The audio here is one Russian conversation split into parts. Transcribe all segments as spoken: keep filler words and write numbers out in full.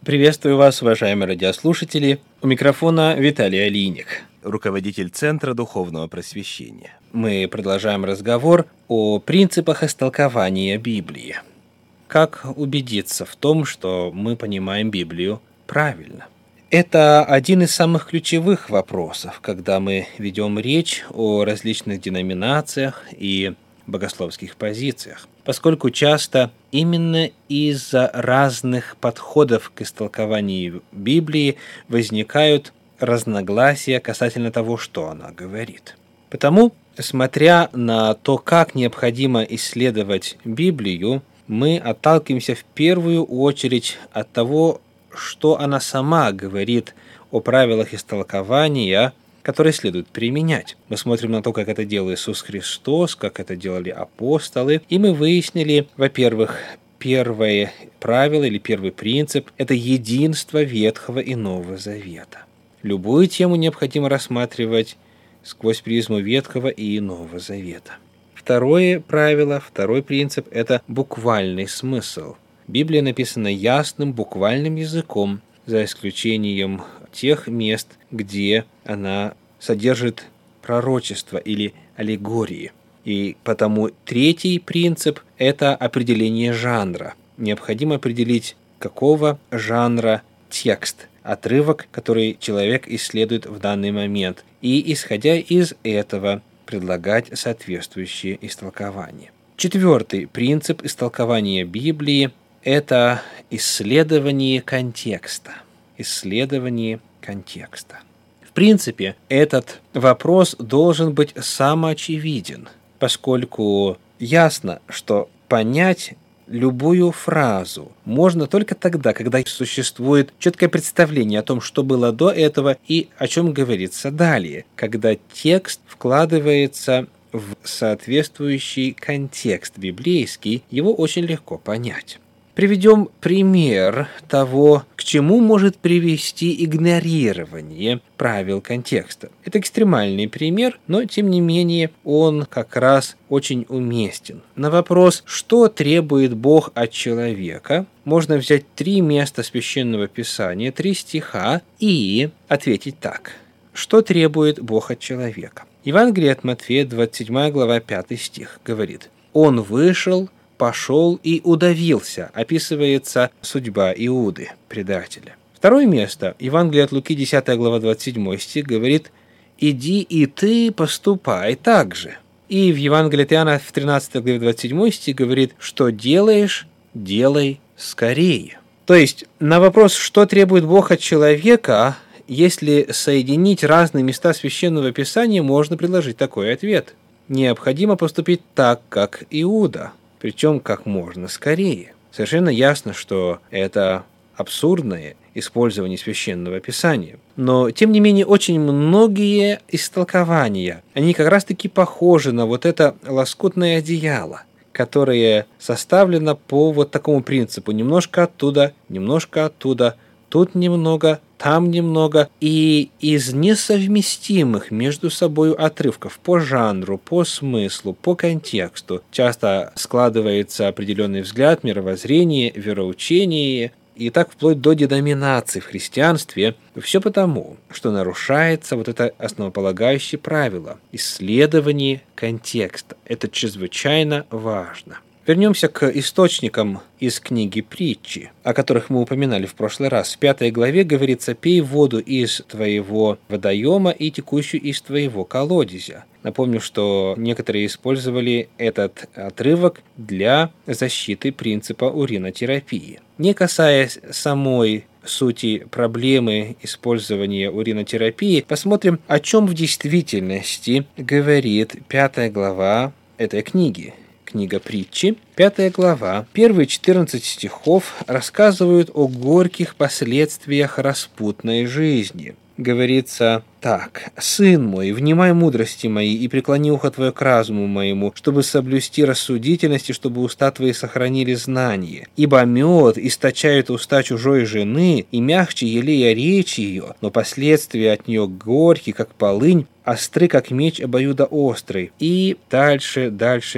Приветствую вас, уважаемые радиослушатели. У микрофона Виталий Алиник, руководитель Центра Духовного Просвещения. Мы продолжаем разговор о принципах истолкования Библии. Как убедиться в том, что мы понимаем Библию правильно? Это один из самых ключевых вопросов, когда мы ведем речь о различных деноминациях и богословских позициях, поскольку часто именно из-за разных подходов к истолкованию Библии возникают разногласия касательно того, что она говорит. Потому, смотря на то, как необходимо исследовать Библию, мы отталкиваемся в первую очередь от того, что она сама говорит о правилах истолкования, которые следует применять. Мы смотрим на то, как это делал Иисус Христос, как это делали апостолы, и мы выяснили, во-первых, первое правило или первый принцип – это единство Ветхого и Нового Завета. Любую тему необходимо рассматривать сквозь призму Ветхого и Нового Завета. Второе правило, второй принцип – это буквальный смысл. Библия написана ясным, буквальным языком, за исключением тех мест, где она содержит пророчество или аллегории. И потому третий принцип – это определение жанра. Необходимо определить, какого жанра текст, отрывок, который человек исследует в данный момент, и, исходя из этого, предлагать соответствующие истолкования. Четвертый принцип истолкования Библии – это исследование контекста. Исследование контекста. В принципе, этот вопрос должен быть самоочевиден, поскольку ясно, что понять любую фразу можно только тогда, когда существует четкое представление о том, что было до этого и о чем говорится далее, когда текст вкладывается в соответствующий контекст библейский, его очень легко понять. Приведем пример того, к чему может привести игнорирование правил контекста. Это экстремальный пример, но тем не менее он как раз очень уместен. На вопрос, что требует Бог от человека, можно взять три места Священного Писания, три стиха и ответить так. Что требует Бог от человека? Евангелие от Матфея, двадцать седьмая глава, пятый стих говорит: «Он вышел, пошел и удавился», описывается судьба Иуды, предателя. Второе место, Евангелие от Луки, десятая глава, двадцать седьмой стих, говорит: «Иди и ты поступай так же». И в Евангелии от Иоанна, в тринадцатой главе, двадцать седьмой стих, говорит: «Что делаешь, делай скорее». То есть, на вопрос, что требует Бог от человека, если соединить разные места Священного Писания, можно предложить такой ответ. Необходимо поступить так, как Иуда. Причем как можно скорее. Совершенно ясно, что это абсурдное использование Священного Писания. Но, тем не менее, очень многие истолкования, они как раз-таки похожи на вот это лоскутное одеяло, которое составлено по вот такому принципу. Немножко оттуда, немножко оттуда, тут немного, там немного, и из несовместимых между собой отрывков по жанру, по смыслу, по контексту часто складывается определенный взгляд, мировоззрение, вероучение, и так вплоть до деноминаций в христианстве. Все потому, что нарушается вот это основополагающее правило – исследование контекста. Это чрезвычайно важно. Вернемся к источникам из книги Притчи, о которых мы упоминали в прошлый раз. В пятой главе говорится: «Пей воду из твоего водоема и текущую из твоего колодезя». Напомню, что некоторые использовали этот отрывок для защиты принципа уринотерапии. Не касаясь самой сути проблемы использования уринотерапии, посмотрим, о чем в действительности говорит пятая глава этой книги. Книга Притчи, пятая глава, первые четырнадцать стихов рассказывают о горьких последствиях распутной жизни. Говорится так: «Сын мой, внимай мудрости моей и преклони ухо твое к разуму моему, чтобы соблюсти рассудительность и чтобы уста твои сохранили знание. Ибо мед источает уста чужой жены, и мягче елея речь ее, но последствия от нее горькие, как полынь, остры, как меч обоюдоострый». И дальше, дальше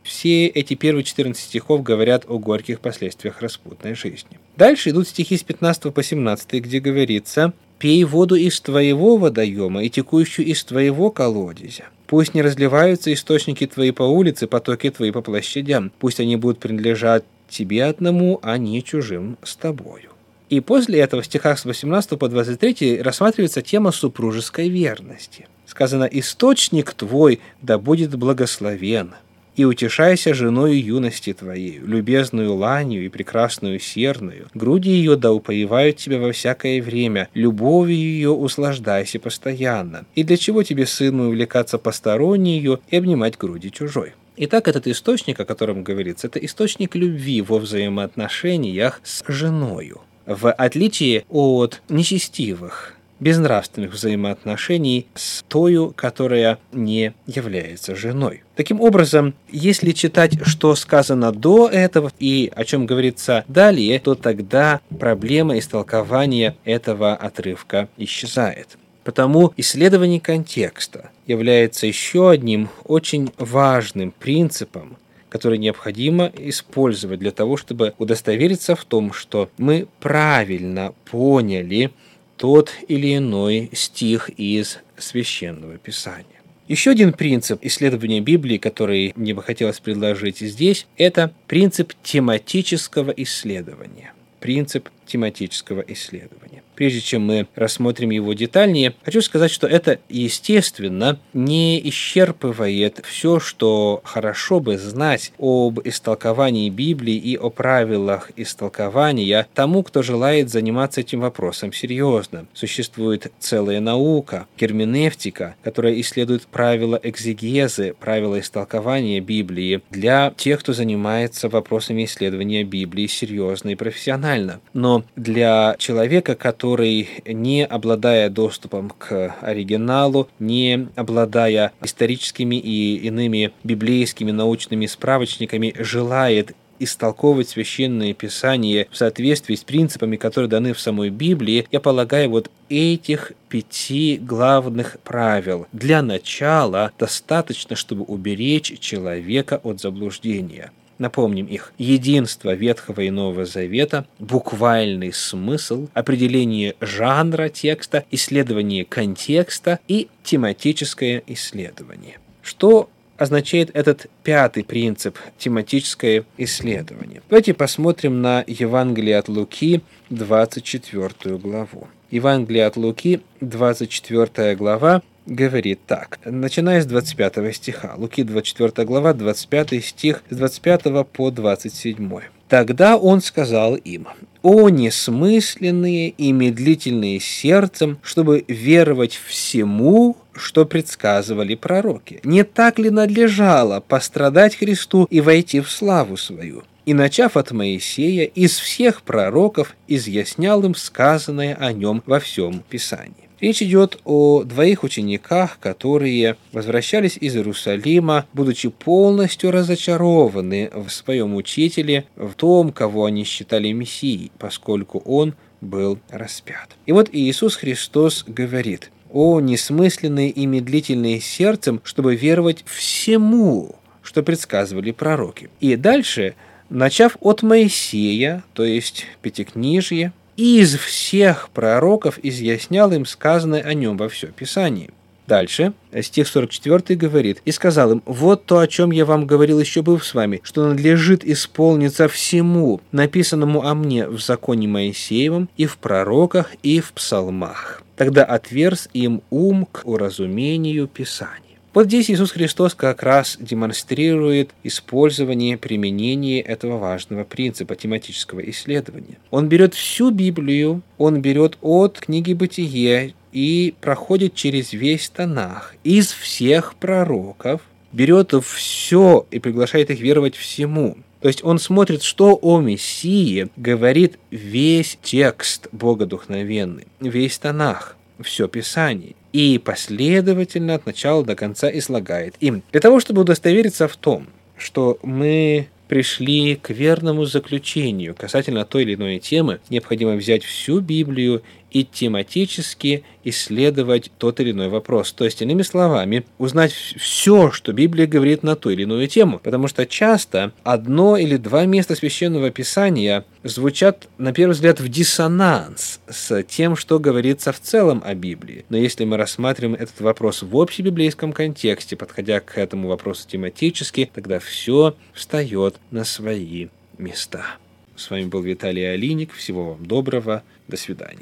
все эти первые четырнадцать стихов говорят о горьких последствиях распутной жизни. Дальше идут стихи с пятнадцатого по семнадцатый, где говорится: «Пей воду из твоего водоема и текущую из твоего колодезя. Пусть не разливаются источники твои по улице, потоки твои по площадям. Пусть они будут принадлежать тебе одному, а не чужим с тобою». И после этого в стихах с восемнадцатого по двадцать третий рассматривается тема супружеской верности. Сказано: «Источник твой да будет благословен, и утешайся женою юности твоей, любезную ланью и прекрасную серную. Груди ее да упоевают тебя во всякое время, любовью ее услаждайся постоянно. И для чего тебе, сын мой, увлекаться постороннею и обнимать груди чужой?» Итак, этот источник, о котором говорится, это источник любви во взаимоотношениях с женою, в отличие от нечестивых, безнравственных взаимоотношений с тою, которая не является женой. Таким образом, если читать, что сказано до этого и о чем говорится далее, то тогда проблема истолкования этого отрывка исчезает. Потому исследование контекста является еще одним очень важным принципом, который необходимо использовать для того, чтобы удостовериться в том, что мы правильно поняли тот или иной стих из Священного Писания. Еще один принцип исследования Библии, который мне бы хотелось предложить здесь, это принцип тематического исследования. Принцип тематического исследования. Прежде чем мы рассмотрим его детальнее, хочу сказать, что это, естественно, не исчерпывает все, что хорошо бы знать об истолковании Библии и о правилах истолкования тому, кто желает заниматься этим вопросом серьезно. Существует целая наука, герменевтика, которая исследует правила экзегезы, правила истолкования Библии для тех, кто занимается вопросами исследования Библии серьезно и профессионально. Но для человека, который, не обладая доступом к оригиналу, не обладая историческими и иными библейскими научными справочниками, желает истолковывать Священное Писание в соответствии с принципами, которые даны в самой Библии, я полагаю, вот этих пяти главных правил для начала достаточно, чтобы уберечь человека от заблуждения. Напомним их: единство Ветхого и Нового Завета, буквальный смысл, определение жанра текста, исследование контекста и тематическое исследование. Что означает этот пятый принцип – тематическое исследование? Давайте посмотрим на Евангелие от Луки, двадцать четвёртую главу. Евангелие от Луки, двадцать четвёртая глава, говорит так, начиная с двадцать пятого стиха. Луки, двадцать четвёртая глава, двадцать пятый стих, с двадцать пятого по двадцать седьмой. «Тогда он сказал им: «О несмысленные и медлительные сердцем, чтобы веровать всему, что предсказывали пророки. Не так ли надлежало пострадать Христу и войти в славу свою? И, начав от Моисея, из всех пророков изъяснял им сказанное о нем во всем Писании». Речь идет о двоих учениках, которые возвращались из Иерусалима, будучи полностью разочарованы в своем учителе, в том, кого они считали Мессией, поскольку он был распят. И вот Иисус Христос говорит: «О несмысленные и медлительные сердцем, чтобы веровать всему, что предсказывали пророки». И дальше, начав от Моисея, то есть Пятикнижье, из всех пророков изъяснял им сказанное о нем во все Писание. Дальше, стих сорок четвёртый говорит: «И сказал им: вот то, о чем я вам говорил еще быв с вами, что надлежит исполниться всему, написанному о мне в законе Моисеевом, и в пророках, и в псалмах. Тогда отверз им ум к уразумению Писаний». Вот здесь Иисус Христос как раз демонстрирует использование, применение этого важного принципа тематического исследования. Он берет всю Библию, он берет от книги Бытие и проходит через весь Танах, из всех пророков, берет все и приглашает их веровать всему. То есть он смотрит, что о Мессии говорит весь текст богодухновенный, весь Танах, все Писание, и последовательно от начала до конца излагает им. Для того, чтобы удостовериться в том, что мы пришли к верному заключению касательно той или иной темы, необходимо взять всю Библию и тематически исследовать тот или иной вопрос. То есть, иными словами, узнать все, что Библия говорит на ту или иную тему. Потому что часто одно или два места Священного Писания звучат, на первый взгляд, в диссонанс с тем, что говорится в целом о Библии. Но если мы рассматриваем этот вопрос в общебиблейском контексте, подходя к этому вопросу тематически, тогда все встает на свои места. С вами был Виталий Алиник. Всего вам доброго. До свидания.